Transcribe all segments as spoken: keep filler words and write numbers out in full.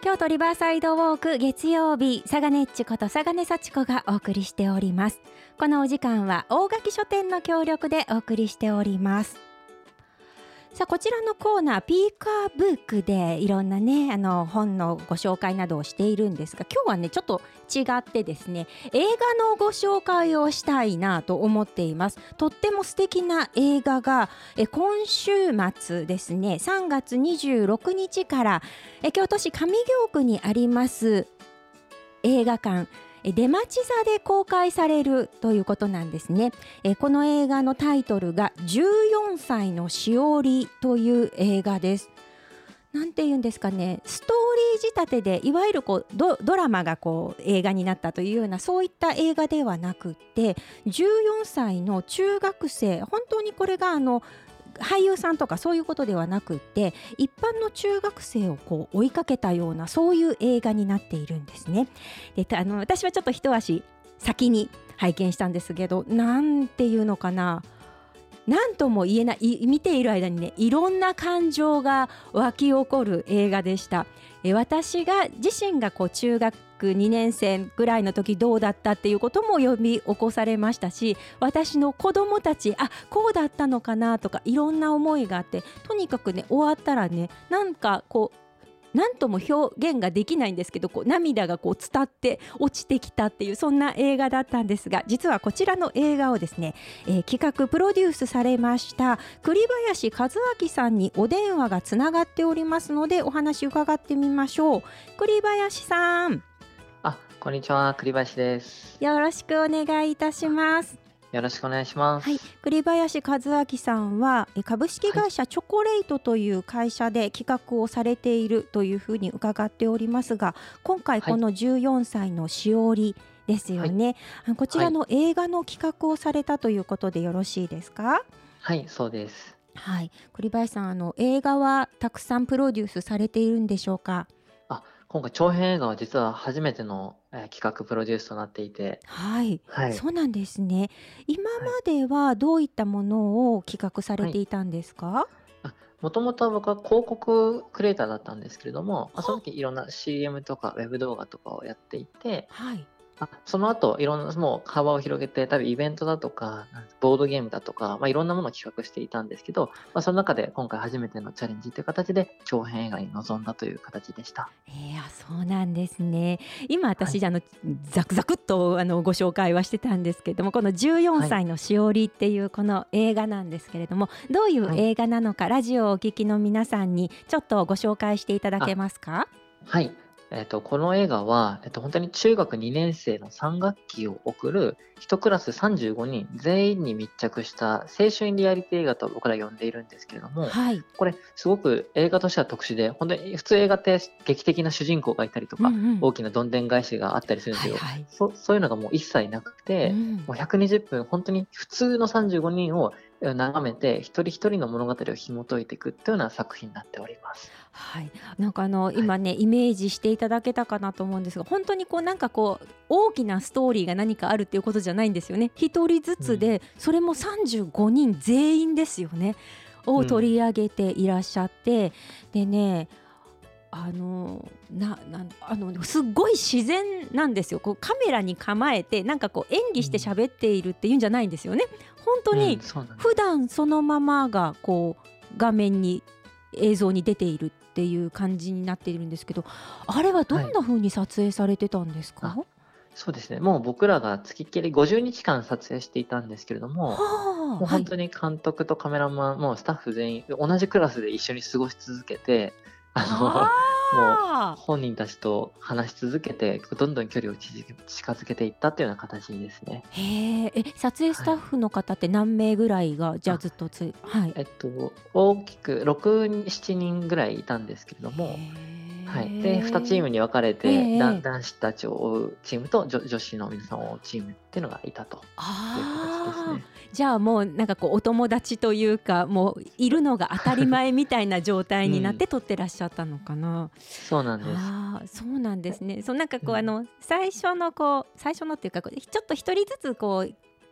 京都リバーサイドウォーク月曜日、佐賀ねっちこと佐賀根幸子がお送りしております。このお時間は大垣書店の協力でお送りしております。さあ、こちらのコーナーピーカーブックでいろんなねあの本のご紹介などをしているんですが、今日はねちょっと違ってですね、映画のご紹介をしたいなと思っています。とっても素敵な映画がえ今週末ですね、さんがつにじゅうろくにちからえ京都市上京区にあります映画館出町座で公開されるということなんですね。えこの映画のタイトルがじゅうよんさいのしおりという映画です。なんていうんですかね、ストーリー仕立てでいわゆるこう ド, ドラマがこう映画になったというようなそういった映画ではなくって、じゅうよんさいの中学生、本当にこれがあの俳優さんとかそういうことではなくって、一般の中学生をこう追いかけたようなそういう映画になっているんですね。であの私はちょっと一足先に拝見したんですけど、なんていうのかな、なんとも言えない、見ている間にねいろんな感情が湧き起こる映画でした。え私が自身がこう中学にねんせいぐらいの時どうだったっていうことも呼び起こされましたし、私の子供たちあこうだったのかなとかいろんな思いがあって、とにかくね終わったらねなんかこうなんとも表現ができないんですけど、こう涙がこう伝って落ちてきたっていうそんな映画だったんですが、実はこちらの映画をですね、えー、企画プロデュースされました栗林和明さんにお電話がつながっておりますので、お話伺ってみましょう。栗林さん、 あ、こんにちは、栗林です。 よろしくお願いいたします。 よろしくお願いします。 はい、栗林和明さんは株式会社チョコレートという会社で企画をされているというふうに伺っておりますが、今回このじゅうよんさいのしおりですよね、はい、こちらの映画の企画をされたということでよろしいですか？ はい、そうです。 はい、栗林さん、あの映画はたくさんプロデュースされているんでしょうか？ あ、今回長編映画は実は初めての、えー企画プロデュースとなっていて、 はい、 はい、 そうなんですね。今まはい、 ではどういったものを企画されはい。 ていたんですか？ もともとは僕は広告クリエイターだったんですけれども、まあ、その時いろんな シーエム とかウェブ動画とかをやっていて、 はい、 あその後いろんなもう幅を広げて、多分イベントだとかボードゲームだとか、まあ、いろんなものを企画していたんですけど、まあ、その中で今回初めてのチャレンジという形で長編映画に臨んだという形でした。 いやそうなんですね。今はい、 私あのザクザクっとあのご紹介はしてたんですけれども、このじゅうよんさいのしおりっていうこの映画なんですけれども、どういうはい、 映画なのかラジオをお聞きの皆さんにちょっとご紹介していただけあ、 ますか？ はい。えっと、この映画は、えっと、本当に中学にねん生のさん学期を送る一クラスさんじゅうごにん全員に密着した青春リアリティ映画と僕ら呼んでいるんですけれども、 はい、 これすごく映画としては特殊で、本当に普通映画って劇的な主人公がいたりとか、 うんうん、 大きなどんでん返しがあったりするんですけど、 はいはい、 そそういうのがもう一切なくて、 うん、 もうひゃくにじゅっぷん本当に普通のさんじゅうごにんを眺めて一人一人の物語を紐解いていくというような作品になっております。 はい、なんかあのはい。 今ねイメージしていただけたかなと思うんですが、本当にこうなんかこう大きなストーリーが何かあるっていうことじゃないんですよね。一人ずうん。 つで、それもさんじゅうごにん全員ですよねを取うん。 り上げていらっしゃって、でね、あのななんあのすっごい自然なんですよ。こうカメラに構えてなんかこう演技してうん。 喋っているっていうんじゃないんですよね。本当うん、 にそうなんです。 普段そのままがこう画面に映像に出ているっていう感じになっているんですけど、あれはどはい。 んな風に撮影されてたんですか？ あ、そうですね。もう僕らが付きっきりごじゅうにちかん撮影していたんですけれども、 はあ、はい。 もう本当に監督とカメラマン、もうスタッフ全員、同じクラスで一緒に過ごし続けて、あの、もうああ。 本人たちと話し続けて、どんどん距離を縮け近づけていったっていうような形ですね。 へえ、え、撮影スはい。 タッフの方って何名ぐらいが、じゃああ、 ずっとつはい。 えっと、大きくろく、ななにんぐらいいたんですけれども、はい。で、にチーへえ。 ムに分かれええて、だええ。 男子たちを追うチームと、女女子の皆さんを追うチームっていうのがいたという形ですああ、 ね。 じゃあもうなんかこうお友達というか、もういるのが当たり前みたいな状態になっうん、 て撮ってらっしゃったのかな。 そうなんです。 ああ、そうなんでえ、 すね。そうなんかうん、 こうあの最初のこう最初のっていうか、こうちょっと一人ずつこう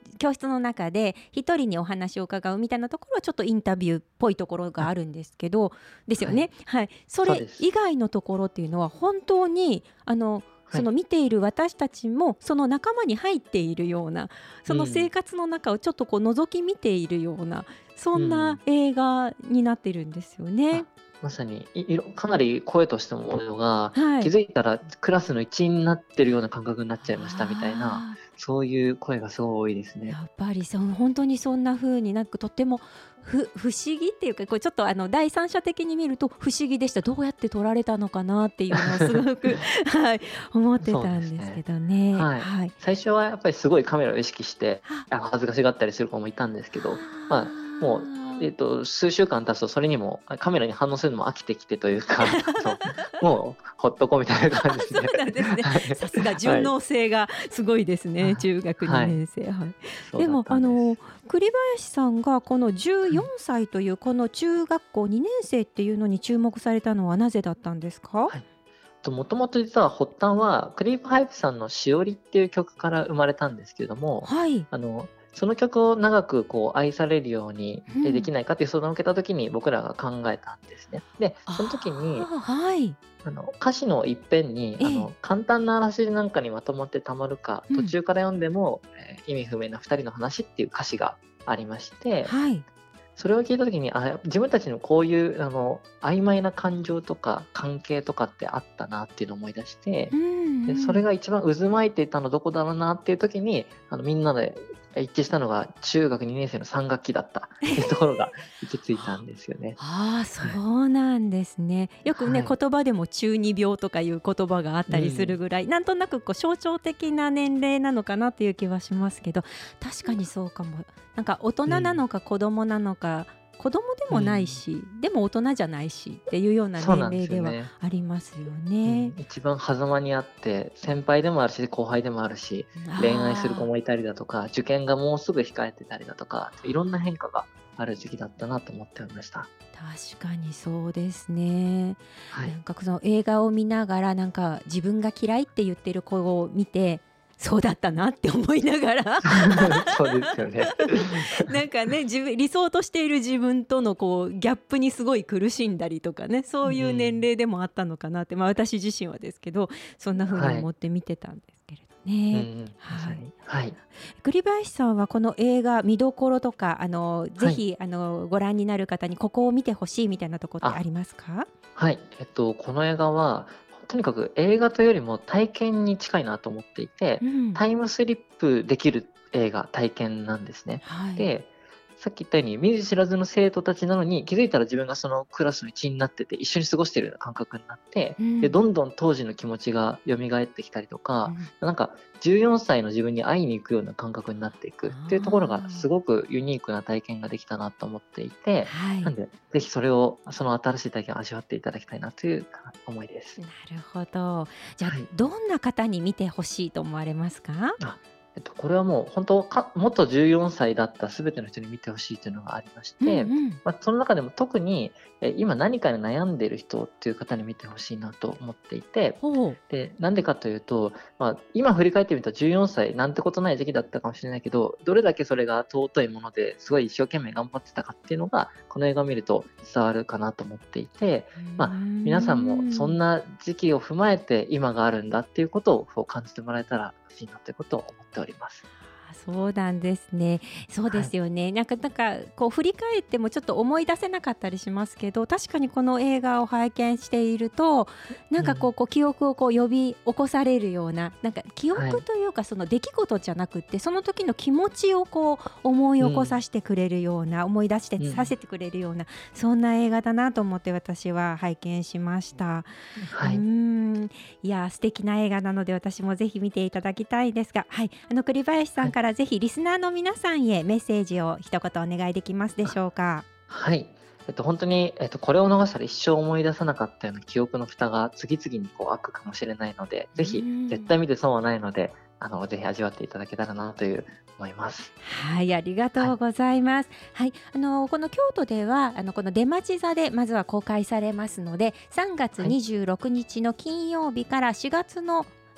教室の中で一人にお話を伺うみたいなところはちょっとインタビューっぽいところがあるんですけど、ですよね。はい、それ以外のところっていうのは本当にあのその見ている私たちもその仲間に入っているような、その生活の中をちょっとこう覗き見ているような、そんな映画になってるんですよね。うん、 まさにいろかなり声としても多いのが、はい、気づいたらクラスの一員になってるような感覚になっちゃいましたみたいな、そういう声がすごい多いですね。 やっぱりその本当にそんな風になんかとってもふ不思議っていうか、こうちょっとあの第三者的に見ると不思議でした。どうやって撮られたのかなっていうのをすごく、はい、思ってたんですけどね。 はいはい、最初はやっぱりすごいカメラを意識して恥ずかしがったりする子もいたんですけど、まあ、もうえー、と数週間経つとそれにもカメラに反応するのも飽きてきてというかもうほっとこうみたいな感じですね。 そうなんですね。さすが順応性がすごいですね、はい、中学にねん生、はいはい、でもあの栗林さんがこのじゅうよんさいというこの中学校にねん生っていうのに注目されたのはなぜだったんですか？はい、 もともと実は発端はクリープハイプさんのしおりっていう曲から生まれたんですけれども、はい、あのその曲を長くこう愛されるようにできないかという相談を受けた時に僕らが考えたんですね。でその時にあ、はい、あの歌詞の一辺に、ええ、あの簡単なあらすじなんかにまとまってたまるか、うん、途中から読んでも、えー、意味不明なふたりの話っていう歌詞がありまして、はい、それを聞いた時にあ自分たちのこういうあの曖昧な感情とか関係とかってあったなっていうのを思い出して、うんうん、でそれが一番渦巻いていたのどこだろうなっていう時にあのみんなで一致したのが中学にねん生のさん学期だったっていうところが行き着いたんですよね。 ああ、そうなんですね。よくね、はい、言葉でも中二病とかいう言葉があったりするぐらい、うん、なんとなくこう象徴的な年齢なのかなという気はしますけど、確かにそうかも。なんか大人なのか子供なのか、うん、子供でもないし、うん、でも大人じゃないしっていうような年齢ではありますよね。 うん、一番狭間にあって先輩でもあるし後輩でもあるし、恋愛する子もいたりだとか受験がもうすぐ控えてたりだとかいろんな変化がある時期だったなと思っておりました。 確かにそうですね、はい、なんかその映画を見ながらなんか自分が嫌いって言ってる子を見てそうだったなって思いながらそうですよねなんかね自分理想としている自分とのこうギャップにすごい苦しんだりとかね、そういう年齢でもあったのかなって、うん、まあ、私自身はですけどそんな風に思って見てたんですけれどね、はいうんはいはい、栗林さんはこの映画見どころとかあのぜひ、はい、あのご覧になる方にここを見てほしいみたいなところってありますか？ はい、えっと、この映画はとにかく映画というよりも体験に近いなと思っていて、うん、タイムスリップできる映画体験なんですね、はい、でさっき言ったように見ず知らずの生徒たちなのに気づいたら自分がそのクラスの一員になってて一緒に過ごしているような感覚になって、うん、でどんどん当時の気持ちが蘇ってきたりとか、うん、なんかじゅうよんさいの自分に会いに行くような感覚になっていくっていうところがすごくユニークな体験ができたなと思っていて、はい、なんでぜひそれをその新しい体験を味わっていただきたいなという思いです。 なるほど。じゃあ、はい、どんな方に見てほしいと思われますか？ あえっと、これはもう本当か元じゅうよんさいだった全ての人に見てほしいというのがありまして、うんうんまあ、その中でも特にえ今何かに悩んでいる人っていう方に見てほしいなと思っていて、でなんでかというと、まあ、今振り返ってみるとじゅうよんさいなんてことない時期だったかもしれないけどどれだけそれが尊いものですごい一生懸命頑張ってたかっていうのがこの映画を見ると伝わるかなと思っていて、まあ、皆さんもそんな時期を踏まえて今があるんだっていうことを感じてもらえたら嬉しいなということを思っております。 そうなんですね。そうですよね、はい、なんかなんかこう振り返ってもちょっと思い出せなかったりしますけど確かにこの映画を拝見しているとなんかこう、うん、こう記憶をこう呼び起こされるようななんか記憶というかその出来事じゃなくってその時の気持ちをこう思い起こさせてくれるような、うん、思い出してさせてくれるような、うん、そんな映画だなと思って私は拝見しました、はい、うーんいや素敵な映画なので私もぜひ見ていただきたいですが、はい、あの栗林さんからぜひリスナーの皆さんへメッセージを一言お願いできますでしょうか？ はい、えっと、本当に、えっと、これを逃したら一生思い出さなかったような記憶の蓋が次々にこう開くかもしれないのでぜひ絶対見て損はないのであのぜひ味わっていただけたらなという思います。 はい、ありがとうございます、はいはい、あのこの京都ではあのこの出町座でまずは公開されますのでさんがつにじゅうろくにちの金曜日からしがつの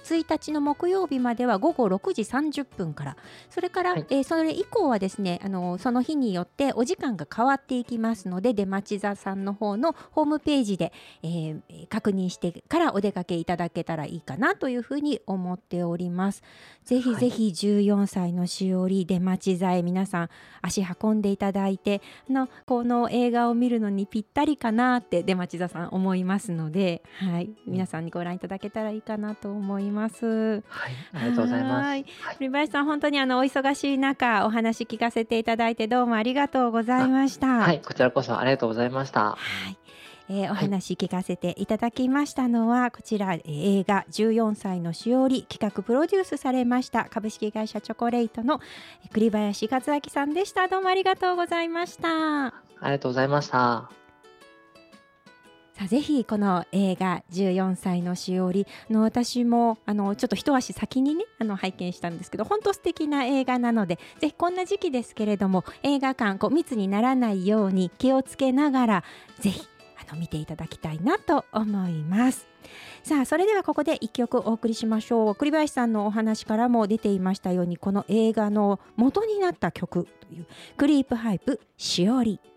ついたちの木曜日まではごごろくじさんじゅっぷんから、それから、はい、えー、それ以降はですね、あのその日によってお時間が変わっていきますので、出町座さんの方のホームページで、えー、確認してからお出かけいただけたらいいかなというふうに思っております。ぜひぜひじゅうよんさいのしおり、出町座へ皆さん足運んでいただいて、のこの映画を見るのにぴったりかなって出町座さん思いますので、はい、皆さんにご覧いただけたらいいかなと思います。 はい、ありがとうございます。はい、 栗林さん、本当にあのお忙しい中お話聞かせていただいてどうもありがとうございました。 はい、こちらこそありがとうございました。 はい、えー、お話聞かせていただきましたのは、はい、こちら、えー、映画じゅうよんさいのしおり企画プロデュースされました株式会社チョコレートの栗林和明さんでした。どうもありがとうございました。 ありがとうございました。 さあぜひこの映画じゅうよんさいのしおりの、私もあのちょっと一足先にねあの拝見したんですけど、本当素敵な映画なので、ぜひこんな時期ですけれども映画館こう密にならないように気をつけながらぜひあの見ていただきたいなと思います。さあそれではここでいっきょくお送りしましょう。栗林さんのお話からも出ていましたように、この映画の元になった曲というクリープハイプしおり。